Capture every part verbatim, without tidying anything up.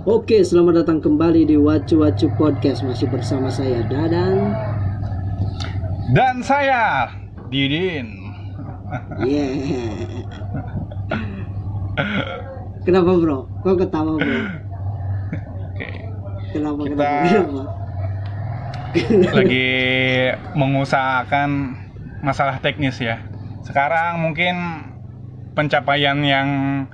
Oke, selamat datang kembali di Wacu Wacu Podcast. Masih bersama saya Dadan dan saya Didin. Yeah. Kenapa bro? Kok ketawa bro? Oke. Kenapa Kita kenapa? kenapa? lagi mengusahakan masalah teknis ya. Sekarang mungkin pencapaian yang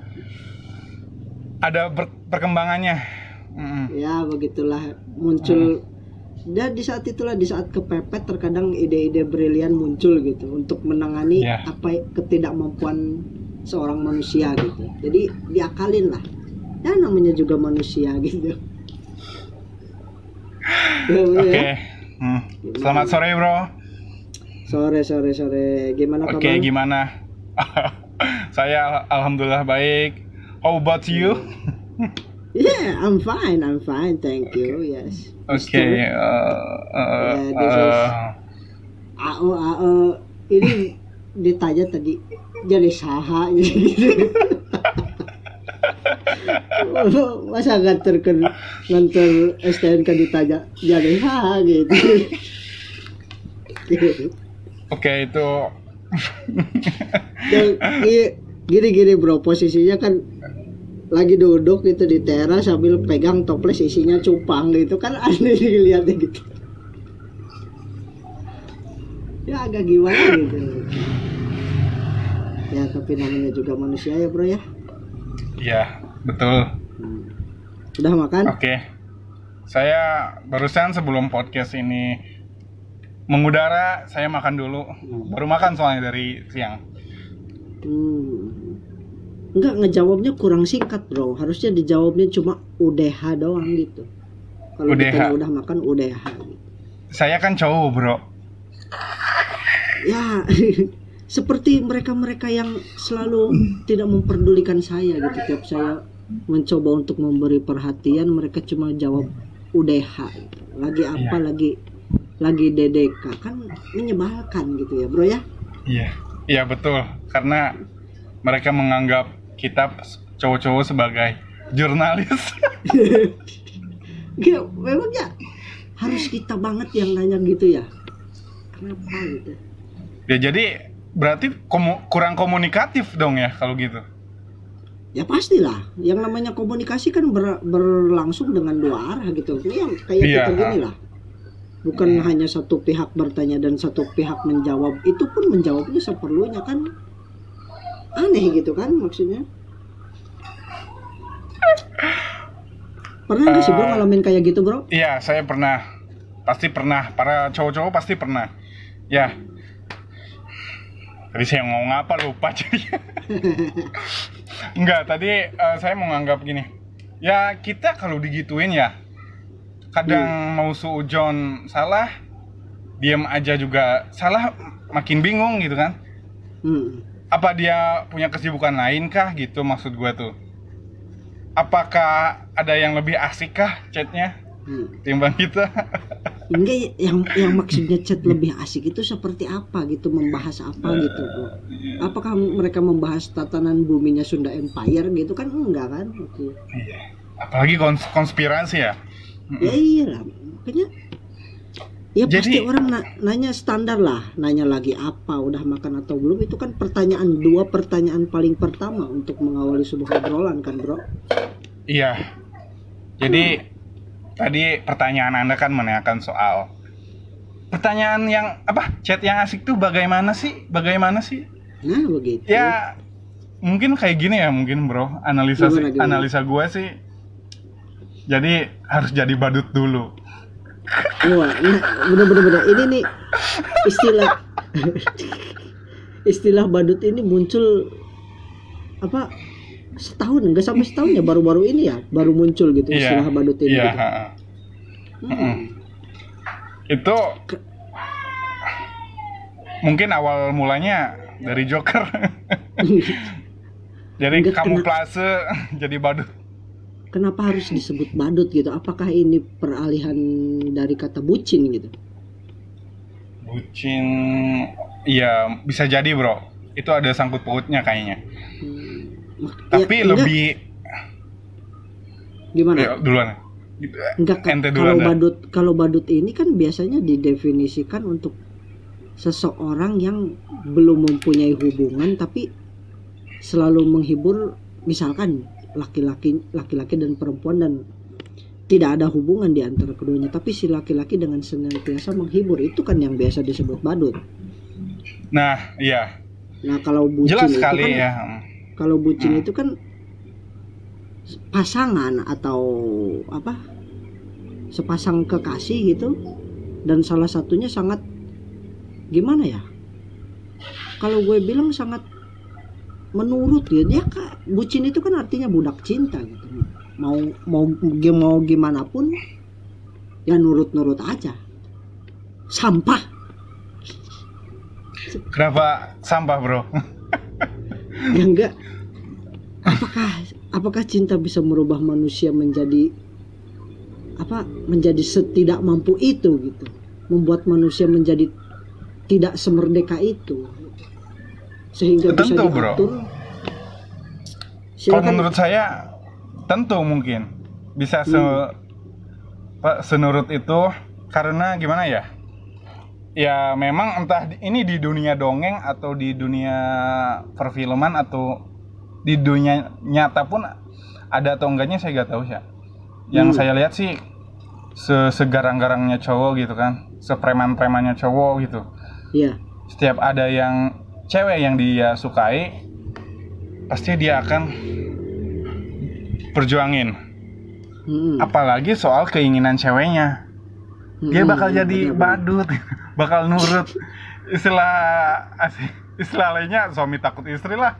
ada per- perkembangannya. Mm. Ya begitulah muncul. Mm. Dan di saat itulah, di saat kepepet terkadang ide-ide brilian muncul gitu untuk menangani yeah. apa ketidakmampuan seorang manusia gitu. Jadi diakalin lah. Ya namanya juga manusia gitu. Ya, Oke. Okay. ya? Hmm. Selamat sore bro. Sore sore sore. Gimana kabar? Oke, okay, gimana? Saya alhamdulillah baik. How about you? Yeah, I'm fine. I'm fine. Thank you. Yes. Oke. Okay, uh, uh, yeah, this is uh, A O A O. Ini ditanya tadi jadi saha gitu. Masa nganter ke nganter S T N K ditanya jadi saha gitu. Oke, okay, itu gini-gini bro, posisinya kan lagi duduk gitu di teras sambil pegang toples isinya cupang gitu kan, aneh dilihatnya gitu. Ya agak gimana gitu. Ya tapi namanya juga manusia ya bro ya. Iya, betul. Hmm. Udah makan? Oke. Okay. Saya barusan sebelum podcast ini mengudara, saya makan dulu. Hmm. Baru makan soalnya dari siang. Hmm. Enggak, ngejawabnya kurang singkat bro. Harusnya dijawabnya cuma U D H doang gitu. Kalau ditanya udah makan U D H gitu. Saya kan cowok bro. Ya seperti mereka-mereka yang selalu tidak memperdulikan saya gitu. Tiap saya mencoba untuk memberi perhatian, mereka cuma jawab U D H gitu. Lagi apa, ya. lagi lagi D D K. Kan menyebalkan gitu ya bro ya. Iya, iya betul. Karena mereka menganggap kita cowok-cowok sebagai jurnalis. Ya, memangnya harus kita banget yang nanya gitu ya? Kenapa gitu? Ya jadi berarti komu- kurang komunikatif dong ya kalau gitu. Ya pastilah. Yang namanya komunikasi kan ber- berlangsung dengan dua arah gitu. Ini yang kayak iya. kita gini lah. Bukan hmm. hanya satu pihak bertanya dan satu pihak menjawab. Itu pun menjawabnya seperlunya kan. Aneh gitu kan maksudnya. Pernah nggak uh, sih bro ngalamin kayak gitu bro? Iya, saya pernah. Pasti pernah. Para cowok-cowok pasti pernah. Ya. Tadi saya ngomong apa lupa jadi. Enggak, tadi uh, saya mau nganggap gini. Ya kita kalau digituin ya kadang hmm. mau suujon salah, diem aja juga salah, makin bingung gitu kan. Hmm. Apa dia punya kesibukan lain kah gitu maksud gue tuh. Apakah ada yang lebih asik kah chatnya hmm. timbang kita? Enggak, yang yang maksudnya chat lebih asik itu seperti apa gitu, membahas apa uh, gitu bro? Apakah mereka membahas tatanan buminya Sunda Empire gitu kan? Enggak kan? Gitu. Iya. Apalagi kons- konspirasi ya? Ya iyalah, makanya ya jadi, pasti orang na- nanya standar lah, nanya lagi apa, udah makan atau belum, itu kan pertanyaan, dua pertanyaan paling pertama untuk mengawali sebuah obrolan kan bro. Iya. Jadi hmm. tadi pertanyaan Anda kan menanyakan soal pertanyaan yang apa, chat yang asik tuh bagaimana sih, bagaimana sih? Nah begitu. Ya mungkin kayak gini ya mungkin bro, analisa gimana, gimana? analisa gue sih. Jadi harus jadi badut dulu. Wah, nah, bener-bener ini nih istilah istilah badut ini muncul apa setahun, enggak sampai setahun ya, baru-baru ini ya baru muncul gitu yeah, istilah badut ini. Iya. Gitu. Hmm. Itu mungkin awal mulanya dari Joker. Jadi kamuflase jadi badut. Kenapa harus disebut badut gitu? Apakah ini peralihan dari kata bucin gitu? Bucin, iya bisa jadi bro. Itu ada sangkut pautnya kayaknya. Hmm. Tapi ya, lebih Gimana? Ya, duluan. Enggak, Ente kalau duluan dah. badut kalau badut ini kan biasanya didefinisikan untuk seseorang yang belum mempunyai hubungan tapi selalu menghibur, misalkan laki-laki laki-laki dan perempuan dan tidak ada hubungan di antara keduanya, tapi si laki-laki dengan senantiasa menghibur, itu kan yang biasa disebut badut. Nah, iya. Nah, kalau bucin Jelas itu sekali kan ya. kalau bucin Hmm. itu kan pasangan atau apa, sepasang kekasih gitu, dan salah satunya sangat gimana ya, kalau gue bilang sangat menurut gitu ya. Kak, bucin itu kan artinya budak cinta gitu, mau mau mau gimana pun ya nurut-nurut aja, sampah. Kenapa sampah, bro? Ya enggak, apakah apakah cinta bisa merubah manusia menjadi apa, menjadi setidak mampu itu gitu, membuat manusia menjadi tidak semerdeka itu sehingga bisa Tentu, bro. diatur. Kalau Silakan. menurut saya tentu mungkin bisa se Hmm. Pak, senurut itu, karena gimana ya? Ya memang entah di- ini di dunia dongeng atau di dunia perfilman atau di dunia nyata pun ada atau enggaknya saya nggak tahu ya. Yang Hmm. saya lihat sih se- segarang-garangnya cowok gitu kan, sepreman-premannya cowok gitu. Iya. Setiap ada yang cewek yang dia sukai, pasti dia akan perjuangin. Hmm. Apalagi soal keinginan ceweknya. Dia Hmm, bakal jadi benar-benar. badut, bakal nurut. Istilah asik, istilah lainnya suami takut istri lah.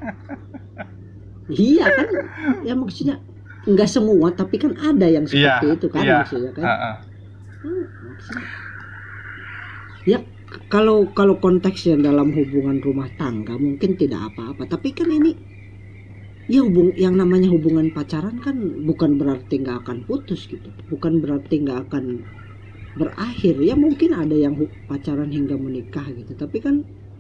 Iya kan, ya maksudnya nggak semua tapi kan ada yang Iya, seperti itu kan, iya. maksudnya kan. Heeh. Hmm, maksudnya. Ya k- kalau kalau konteksnya dalam hubungan rumah tangga mungkin tidak apa-apa, tapi kan ini ya hubung yang namanya hubungan pacaran kan bukan berarti nggak akan putus gitu, bukan berarti nggak akan berakhir. Ya mungkin ada yang hu- pacaran hingga menikah gitu, tapi kan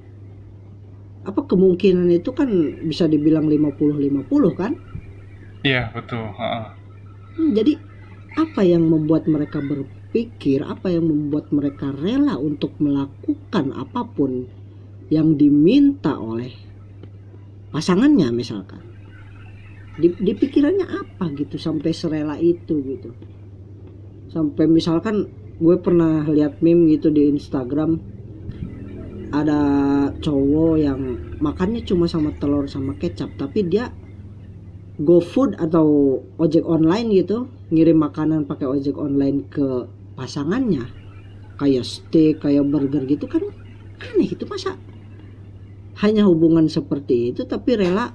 apa kemungkinan itu kan bisa dibilang lima puluh lima puluh kan. Iya, betul. Heeh. Hmm, jadi apa yang membuat mereka berpikir, apa yang membuat mereka rela untuk melakukan apapun yang diminta oleh pasangannya misalkan, di, di pikirannya apa gitu sampai serela itu gitu. Sampai misalkan gue pernah lihat meme gitu di Instagram, ada cowok yang makannya cuma sama telur sama kecap, tapi dia GoFood atau ojek online gitu, ngirim makanan pakai ojek online ke pasangannya, kayak steak, kayak burger gitu kan. Aneh itu, masa hanya hubungan seperti itu tapi rela,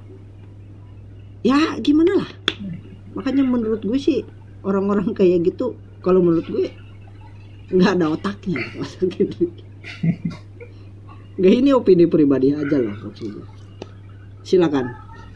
ya gimana lah. Makanya menurut gue sih orang-orang kayak gitu, kalau menurut gue nggak ada otaknya gitu. Nggak, ini opini pribadi aja loh maksudnya. Silakan.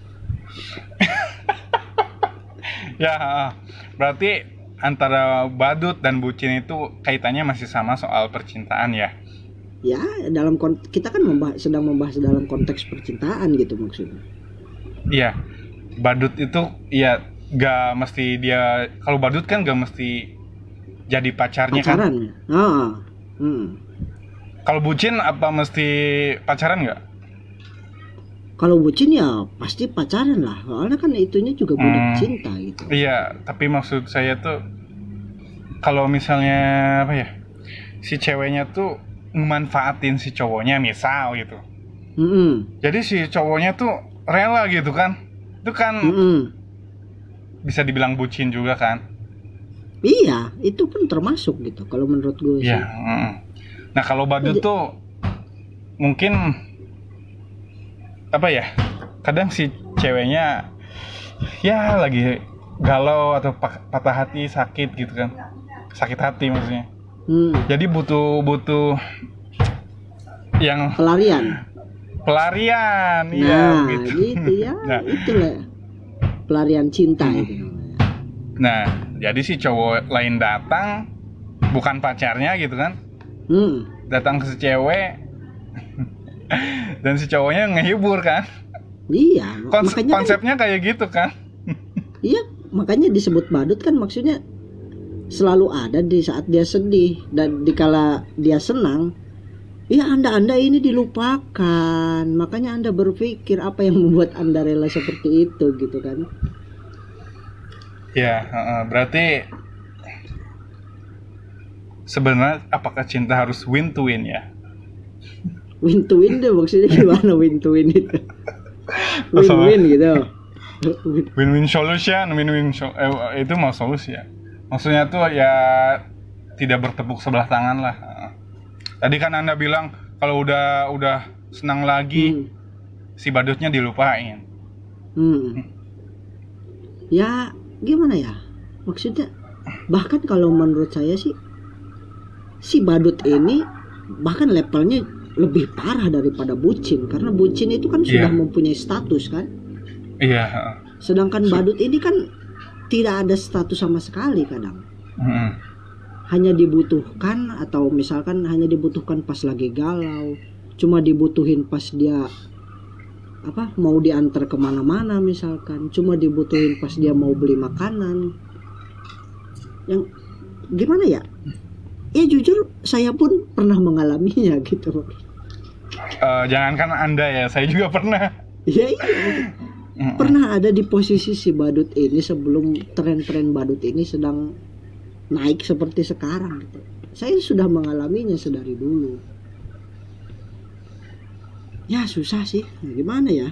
Ya, heeh. Berarti antara badut dan bucin itu kaitannya masih sama soal percintaan ya. Ya dalam kon- kita kan membahas, sedang membahas dalam konteks percintaan gitu maksudnya. Iya. Badut itu ya gak mesti dia, kalau badut kan gak mesti jadi pacarnya kan. Pacaran ya. Ah. Hmm. Kalau bucin apa mesti pacaran nggak? Kalau bucin ya pasti pacaran lah, soalnya kan itunya juga budak Hmm. cinta gitu. Iya, tapi maksud saya tuh kalau misalnya apa ya, si ceweknya tuh memanfaatin si cowoknya misal gitu. Mm-mm. Jadi si cowoknya tuh rela gitu kan, itu kan Mm-mm. bisa dibilang bucin juga kan? Iya, itu pun termasuk gitu kalau menurut gue sih. Iya. mm. Nah kalau badut Jadi- tuh mungkin apa ya? Kadang si ceweknya ya lagi galau atau pa- patah hati, sakit gitu kan, sakit hati maksudnya. Hmm. Jadi butuh butuh yang Pelarian. pelarian, iya Nah, gitu. gitu ya, Nah. itulah pelarian cinta Hmm. itu namanya. Nah, jadi si cowok lain datang, bukan pacarnya gitu kan, Hmm. datang ke si cewek, dan si cowoknya ngehibur kan. Iya, Kons- makanya kan, konsepnya kayak gitu kan. iya makanya disebut badut kan, maksudnya selalu ada di saat dia sedih, dan dikala dia senang, ya anda-anda ini dilupakan. Makanya anda berpikir apa yang membuat anda rela seperti itu gitu kan. Ya, uh, berarti sebenarnya apakah cinta harus win to win ya? Win to win deh, maksudnya gimana win to win itu? Win-win gitu. Win-win solution, win-win so- eh, itu mau solusi ya. Maksudnya tuh ya tidak bertepuk sebelah tangan lah. Tadi kan Anda bilang kalau udah udah senang lagi, hmm. si badutnya dilupain. Hmm. Ya gimana ya? Maksudnya bahkan kalau menurut saya sih, si badut ini bahkan levelnya lebih parah daripada bucin, karena bucin itu kan sudah yeah. mempunyai status kan. Iya. Yeah. Sedangkan badut ini kan tidak ada status sama sekali kadang. Mm. Hanya dibutuhkan, atau misalkan hanya dibutuhkan pas lagi galau, cuma dibutuhin pas dia apa mau diantar kemana-mana misalkan, cuma dibutuhin pas dia mau beli makanan. Yang gimana ya? Ya jujur saya pun pernah mengalaminya gitu. Uh, jangankan Anda ya, saya juga pernah. Iya iya. Mm-mm. Pernah ada di posisi si badut ini sebelum tren-tren badut ini sedang naik seperti sekarang gitu. Saya sudah mengalaminya sedari dulu. Ya susah sih, gimana ya?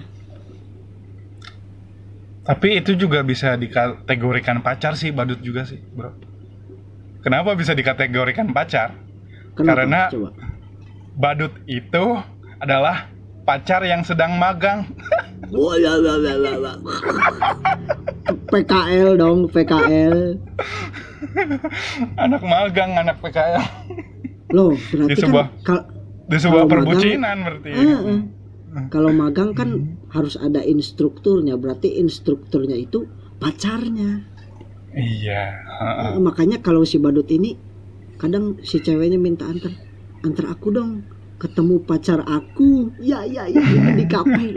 Tapi itu juga bisa dikategorikan pacar sih, badut juga sih, bro. Kenapa bisa dikategorikan pacar? Kenapa? Karena Coba. Badut itu adalah pacar yang sedang magang. P K L dong, P K L. Anak magang, anak P K L. Loh, berarti di sebuah, kan kal- di sebuah magang, perbucinan berarti. Uh, uh. Kalau magang kan harus ada instrukturnya, berarti instrukturnya itu pacarnya. Iya. Uh-uh. Uh, makanya kalau si badut ini kadang si ceweknya minta antar, antar aku dong ketemu pacar aku. Ya ya ya, di kafe.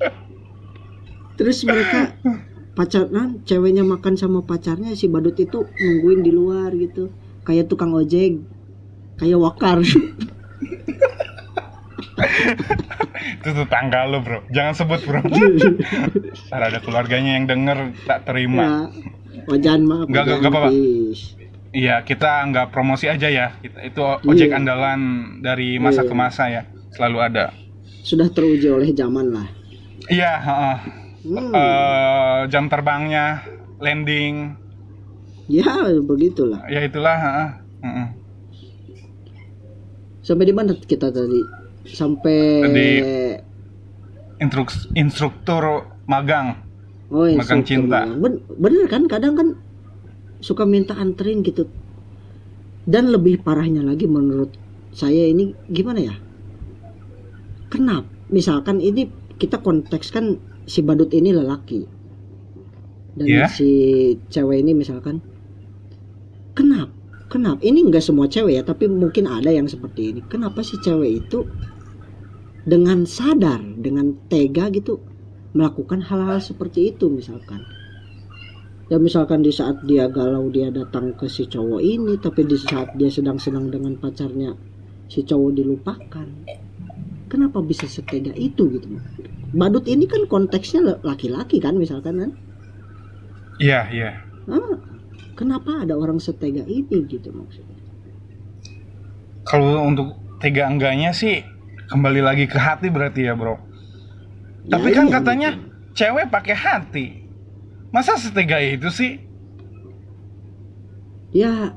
Terus mereka pacaran, ceweknya makan sama pacarnya, si badut itu nungguin di luar gitu, kayak tukang ojek, kayak wakar. Itu tetangga lo bro, jangan sebut bro. Ntar ada keluarganya yang denger tak terima. Ya, wajan maaf. Gak, gak, gak apa-apa. Iya, kita nggak promosi aja ya. Kita itu ojek yeah. andalan dari masa yeah. ke masa ya, selalu ada. Sudah teruji oleh zaman lah. Iya, uh, hmm. uh, jam terbangnya, landing. Ya, begitulah. Ya itulah. Uh, uh, uh. Sampai di mana kita tadi? Sampai di instruk- instruktur magang. Oh, magang cinta. Ben- bener kan, kadang kan suka minta anterin gitu. Dan lebih parahnya lagi menurut saya ini gimana ya? Kenapa? Misalkan ini kita kontekskan si badut ini lelaki dan yeah. si cewek ini misalkan, kenapa? Kenapa? Ini enggak semua cewek ya, tapi mungkin ada yang seperti ini. Kenapa si cewek itu dengan sadar, dengan tega gitu melakukan hal-hal seperti itu misalkan? Ya misalkan di saat dia galau dia datang ke si cowok ini, tapi di saat dia sedang senang dengan pacarnya si cowok dilupakan. Kenapa bisa setega itu gitu? Badut ini kan konteksnya laki-laki kan misalkan kan? Iya, iya. Nah, kenapa ada orang setega ini gitu maksudnya? Kalau untuk tega enggaknya sih kembali lagi ke hati berarti ya, bro. Ya, tapi kan iya, katanya gitu. Cewek pakai hati. Masa setega itu sih? Ya,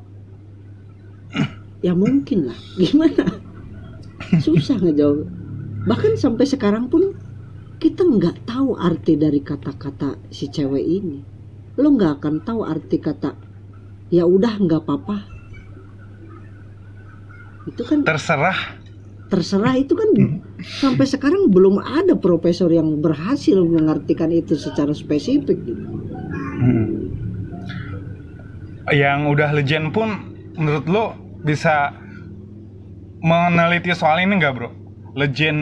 ya mungkin lah. Gimana? Susah ngejawab. Bahkan sampai sekarang pun kita nggak tahu arti dari kata-kata si cewek ini. Lo nggak akan tahu arti kata ya udah nggak apa-apa. Itu kan terserah. Terserah itu kan sampai sekarang belum ada profesor yang berhasil mengartikan itu secara spesifik gitu. Hmm. Yang udah legend pun menurut lo bisa meneliti soal ini nggak, bro? Legend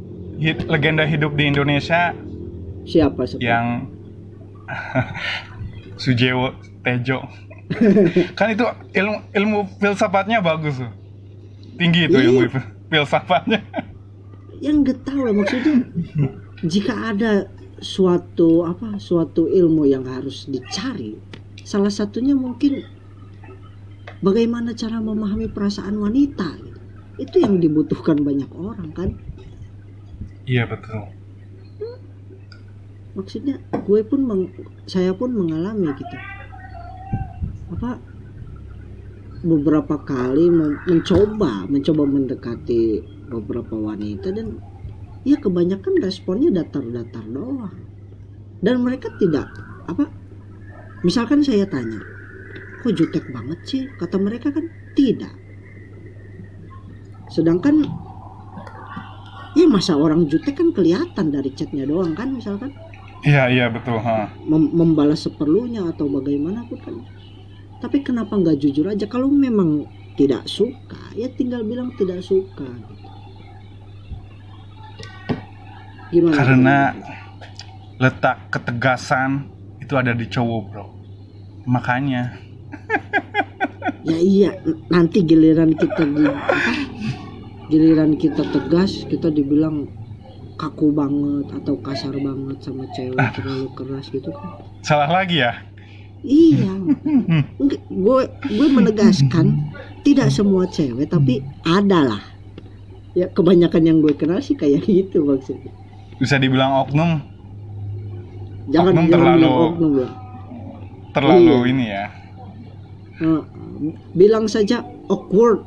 hid, legenda hidup di Indonesia siapa seperti? Yang Sujewo Tejo. Kan itu ilmu ilmu filsafatnya bagus tuh. Tinggi itu Iya. ilmu filsafatnya. Yang nggak tahu lah maksudnya. Jika ada suatu apa suatu ilmu yang harus dicari, salah satunya mungkin bagaimana cara memahami perasaan wanita. Itu yang dibutuhkan banyak orang kan. Iya betul. Maksudnya gue pun meng- saya pun mengalami gitu apa beberapa kali men- mencoba mencoba mendekati beberapa wanita dan ya kebanyakan responnya datar-datar doang dan mereka tidak apa misalkan saya tanya kok jutek banget sih kata mereka kan tidak sedangkan ya masa orang jutek kan kelihatan dari chatnya doang kan misalkan Iya iya betul. Ha. mem- membalas seperlunya atau bagaimanapun kan. Tapi kenapa nggak jujur aja kalau memang tidak suka ya tinggal bilang tidak suka. Gimana? Karena letak ketegasan itu ada di cowok bro. Makanya. Ya iya nanti giliran kita di apa? Giliran kita tegas kita dibilang kaku banget atau kasar banget sama cewek terlalu keras gitu kan. Salah lagi ya? Iya, Nggak, gue gue menegaskan tidak semua cewek tapi ada lah. Ya kebanyakan yang gue kenal sih kayak gitu maksudnya. Bisa dibilang oknum. Jangan Oknum jangan terlalu- bilang oknum ya. Terlalu Iya. ini ya. Nah, bilang saja awkward,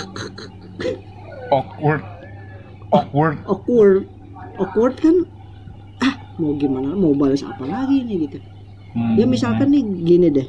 Awkward. Awkward. awkward, awkward kan. Ah mau gimana? Mau balas apa lagi nih gitu. Hmm. Ya misalkan nih gini deh.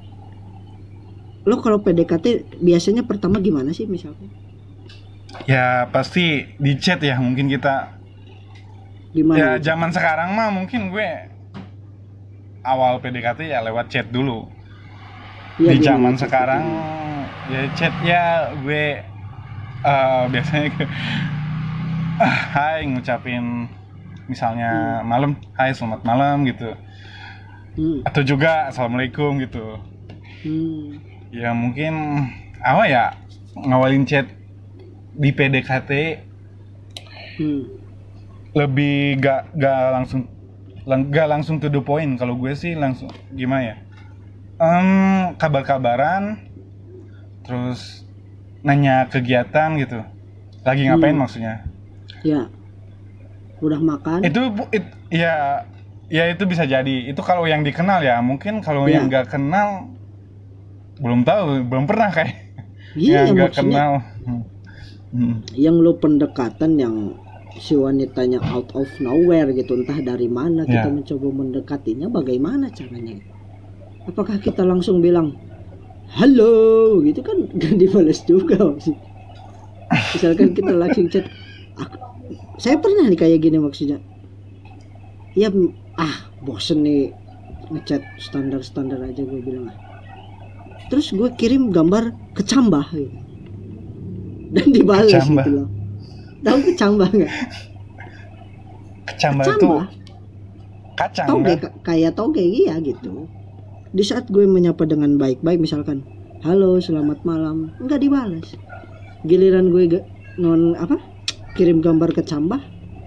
Lo kalau P D K T biasanya pertama gimana sih misalkan? Ya pasti di chat ya mungkin kita. Gimana? Ya zaman sekarang mah mungkin gue awal P D K T ya lewat chat dulu. Ya, Di gimana zaman sih? sekarang ya chat ya gue eh, biasanya ke ah, hai ngucapin misalnya malam, hai selamat malam gitu. Hmm. Atau juga assalamualaikum gitu. Hmm. Ya mungkin apa ya ngawalin chat di P D K T Hmm. lebih gak gak langsung lang, gak langsung to the point. Kalau gue sih langsung gimana ya, Em, kabar-kabaran terus nanya kegiatan gitu, lagi ngapain Hmm. maksudnya. Ya. Udah makan? Itu bu- it- ya ya itu bisa jadi itu kalau yang dikenal ya. Mungkin kalau Ya. yang gak kenal belum tahu, belum pernah kayak Iya, yang gak maksudnya kenal. Hmm. Hmm. yang lo pendekatan yang si wanitanya out of nowhere gitu, entah dari mana kita Ya. mencoba mendekatinya, bagaimana caranya? Apakah kita langsung bilang halo gitu kan gak dibalas juga maksudnya. Misalkan kita langsung chat, "Aku- saya pernah nih kayak gini maksudnya. Ya ah bosen nih ngechat standar-standar aja gue bilang ah. Terus gue kirim gambar kecambah gitu. Dan dibalas Kecambah. gitu loh. Tahu kecambah nggak? Kecambah itu Kecambah, kacang toge kan? ka- kayak toge iya gitu. Di saat gue menyapa dengan baik-baik misalkan, halo selamat malam, nggak dibalas. Giliran gue ga- non apa? Kirim gambar kecambah,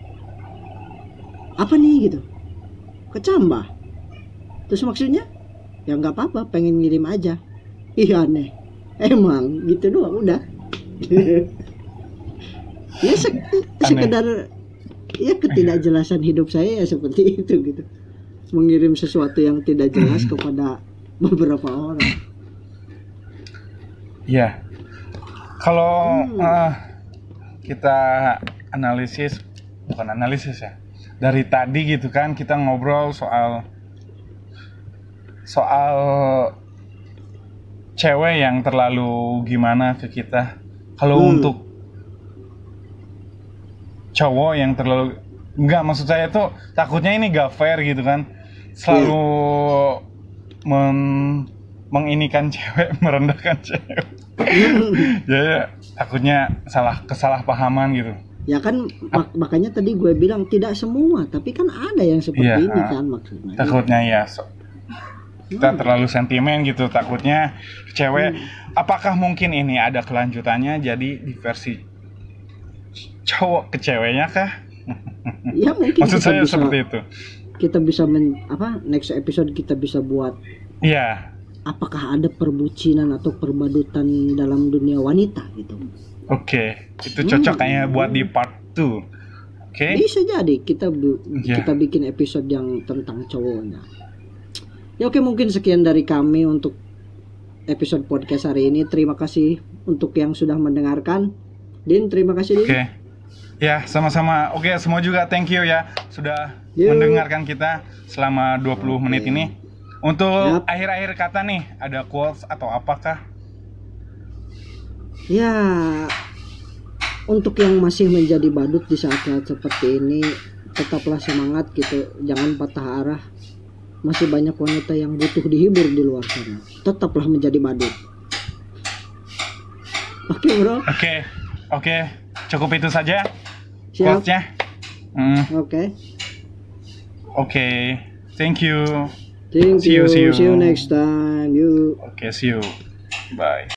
apa nih gitu? Kecambah. Terus maksudnya? Ya nggak apa-apa, pengen ngirim aja. Iya aneh. Emang gitu doang udah. Ya sek- sekedar ya ketidakjelasan hidup saya ya seperti itu gitu, mengirim sesuatu yang tidak jelas kepada beberapa orang. Iya. Kalau Hmm. eh, kita analisis, bukan analisis ya. Dari tadi gitu kan kita ngobrol soal soal cewek yang terlalu gimana ke kita. Kalau Hmm. untuk cowok yang terlalu enggak, maksud saya tuh takutnya ini gak fair gitu kan. Selalu men- menginikan cewek, merendahkan cewek. Jadi takutnya salah kesalahpahaman gitu. Ya kan mak- makanya tadi gue bilang tidak semua, tapi kan ada yang seperti Iya, ini ah. kan maksudnya. Takutnya ya. So- kita Hmm. terlalu sentimen gitu, takutnya cewek. Hmm. Apakah mungkin ini ada kelanjutannya jadi di versi cowok ke ceweknya kah? Ya mungkin Maksud kita saya bisa, seperti itu. kita bisa men, apa next episode kita bisa buat Iya. apakah ada perbucinan atau perbadutan dalam dunia wanita gitu. Oke, itu cocok Hmm. kayaknya buat di part dua. Oke. Bisa jadi kita bu- Iya. kita bikin episode yang tentang cowoknya. Ya oke, mungkin sekian dari kami untuk episode podcast hari ini. Terima kasih untuk yang sudah mendengarkan. Din, terima kasih Din. Oke. Ya, sama-sama. Oke, semua juga thank you ya sudah Yuk. mendengarkan kita selama dua puluh Oke. menit ini. Untuk Yap. akhir-akhir kata nih, ada quotes atau apakah? Ya, untuk yang masih menjadi badut di saat-saat seperti ini, tetaplah semangat gitu, jangan patah arah. Masih banyak wanita yang butuh dihibur di luar sana. Tetaplah menjadi badut. Oke bro, Oke. Oke, cukup itu saja siap. quotes-nya. Hmm, Oke, Oke, thank you. thank See you, you. see you. See you next time. You. Oke, see you. Bye.